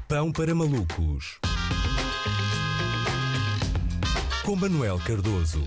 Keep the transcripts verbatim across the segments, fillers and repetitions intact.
Pão para malucos, com Manuel Cardoso.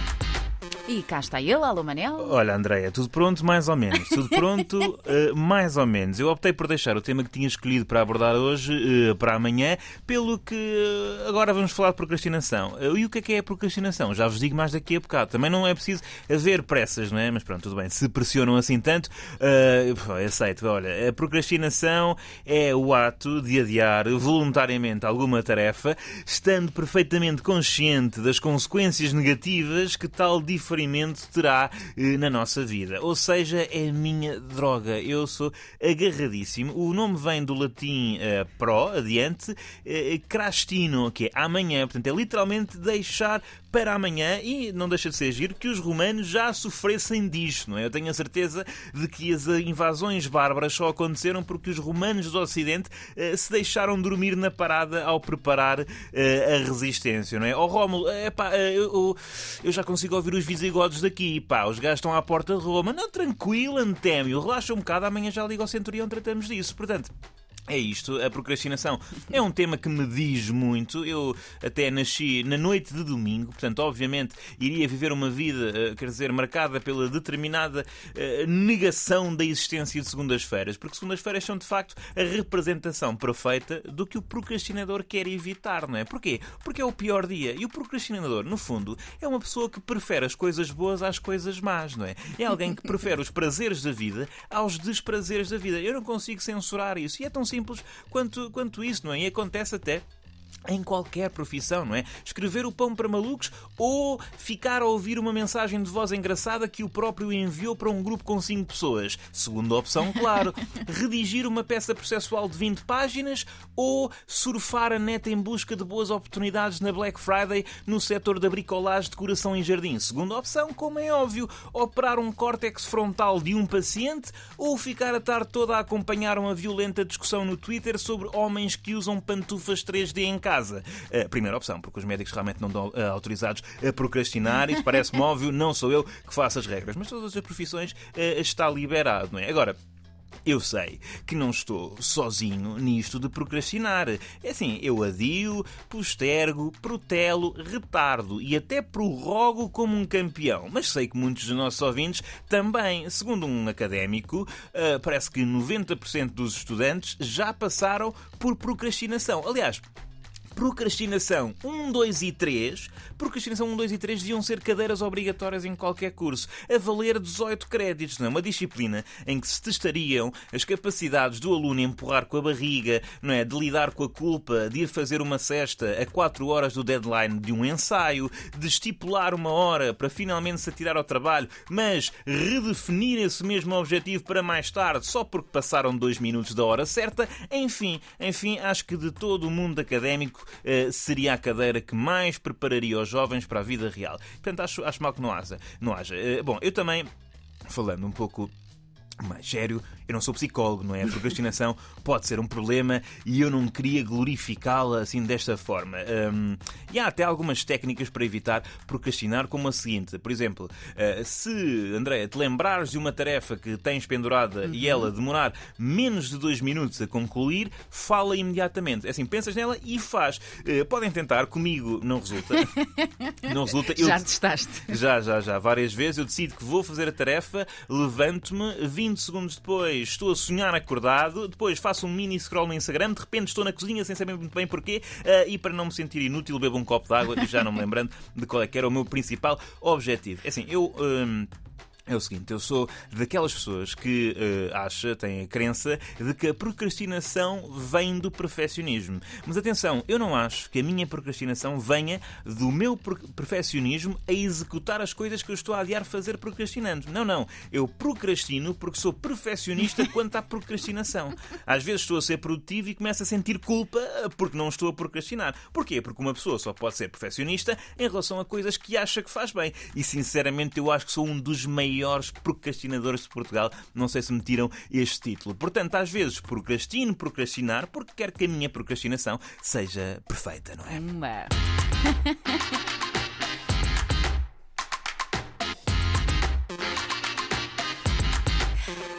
E cá está ele, alô Manel. Olha, Andreia, tudo pronto, mais ou menos. Tudo pronto, uh, mais ou menos. Eu optei por deixar o tema que tinha escolhido para abordar hoje uh, para amanhã, pelo que uh, agora vamos falar de procrastinação. Uh, e o que é que é a procrastinação? Já vos digo mais daqui a bocado. Também não é preciso haver pressas, não é? Mas pronto, tudo bem. Se pressionam assim tanto, uh, aceito. Olha, a procrastinação é o ato de adiar voluntariamente alguma tarefa, estando perfeitamente consciente das consequências negativas que tal diferença terá eh, na nossa vida. Ou seja, é a minha droga. Eu sou agarradíssimo. O nome vem do latim eh, pro, adiante, eh, crastino, que é amanhã. Portanto, é literalmente deixar para amanhã, e não deixa de ser giro que os romanos já sofressem disto, não é? Eu tenho a certeza de que as invasões bárbaras só aconteceram porque os romanos do Ocidente eh, se deixaram dormir na parada ao preparar eh, a resistência, não é? Oh, Rómulo, eh, pá, eh, eu, eu já consigo ouvir os visigodos daqui, pá, os gajos estão à porta de Roma. Não, tranquilo, Antémio, relaxa um bocado, amanhã já ligo ao Centurião, tratamos disso. Portanto, é isto, a procrastinação é um tema que me diz muito. Eu até nasci na noite de domingo, portanto, obviamente, iria viver uma vida, quer dizer, marcada pela determinada uh, negação da existência de segundas-feiras, porque segundas-feiras são, de facto, a representação perfeita do que o procrastinador quer evitar, não é? Porquê? Porque é o pior dia. E o procrastinador, no fundo, é uma pessoa que prefere as coisas boas às coisas más, não é? É alguém que prefere os prazeres da vida aos desprazeres da vida. Eu não consigo censurar isso. E é tão simples simples quanto, quanto isso, não é? E acontece até em qualquer profissão, não é? Escrever o Pão para Malucos ou ficar a ouvir uma mensagem de voz engraçada que o próprio enviou para um grupo com cinco pessoas. Segunda opção, claro. Redigir uma peça processual de vinte páginas ou surfar a net em busca de boas oportunidades na Black Friday no setor da bricolagem, decoração e jardim. Segunda opção, como é óbvio, operar um córtex frontal de um paciente ou ficar a tarde toda a acompanhar uma violenta discussão no Twitter sobre homens que usam pantufas três D em casa. A primeira opção, porque os médicos realmente não estão uh, autorizados a procrastinar. Isso parece-me óbvio, não sou eu que faço as regras, mas todas as profissões uh, está liberado, não é? Agora, eu sei que não estou sozinho nisto de procrastinar. É assim, eu adio, postergo, protelo, retardo e até prorrogo como um campeão. Mas sei que muitos dos nossos ouvintes também. Segundo um académico, uh, parece que noventa por cento dos estudantes já passaram por procrastinação. Aliás, procrastinação um, dois e três. Procrastinação um, dois e três deviam ser cadeiras obrigatórias em qualquer curso, a valer dezoito créditos, não é? Uma disciplina em que se testariam as capacidades do aluno empurrar com a barriga, não é? De lidar com a culpa, de ir fazer uma cesta a quatro horas do deadline de um ensaio, de estipular uma hora para finalmente se atirar ao trabalho, mas redefinir esse mesmo objetivo para mais tarde, só porque passaram dois minutos da hora certa. Enfim, enfim, acho que de todo o mundo académico Uh, seria a cadeira que mais prepararia os jovens para a vida real. Portanto, acho, acho mal que não haja. Não haja. Uh, bom, eu também, falando um pouco mais sério, eu não sou psicólogo, não é? A procrastinação pode ser um problema e eu não queria glorificá-la assim desta forma. Um, e há até algumas técnicas para evitar procrastinar, como a seguinte. Por exemplo, uh, se, Andréia, te lembrares de uma tarefa que tens pendurada uhum. e ela demorar menos de dois minutos a concluir, fala imediatamente. É assim, pensas nela e faz. Uh, podem tentar, comigo não resulta. Não resulta. Eu, já testaste? Já, já, já. Várias vezes eu decido que vou fazer a tarefa, levanto-me, vinte segundos depois estou a sonhar acordado, depois faço um mini scroll no Instagram, de repente estou na cozinha sem saber muito bem porquê, uh, e para não me sentir inútil bebo um copo de água e já não me lembrando de qual é que era o meu principal objetivo. É assim, eu... Um... É o seguinte, eu sou daquelas pessoas que uh, acha, tem a crença de que a procrastinação vem do perfeccionismo. Mas atenção, eu não acho que a minha procrastinação venha do meu perfeccionismo a executar as coisas que eu estou a adiar fazer procrastinando. Não, não. Eu procrastino porque sou perfeccionista quanto à procrastinação. Às vezes estou a ser produtivo e começo a sentir culpa porque não estou a procrastinar. Porquê? Porque uma pessoa só pode ser perfeccionista em relação a coisas que acha que faz bem. E sinceramente eu acho que sou um dos maiores maiores procrastinadores de Portugal. Não sei se me tiram este título. Portanto, às vezes procrastino, procrastinar, porque quero que a minha procrastinação seja perfeita, não é?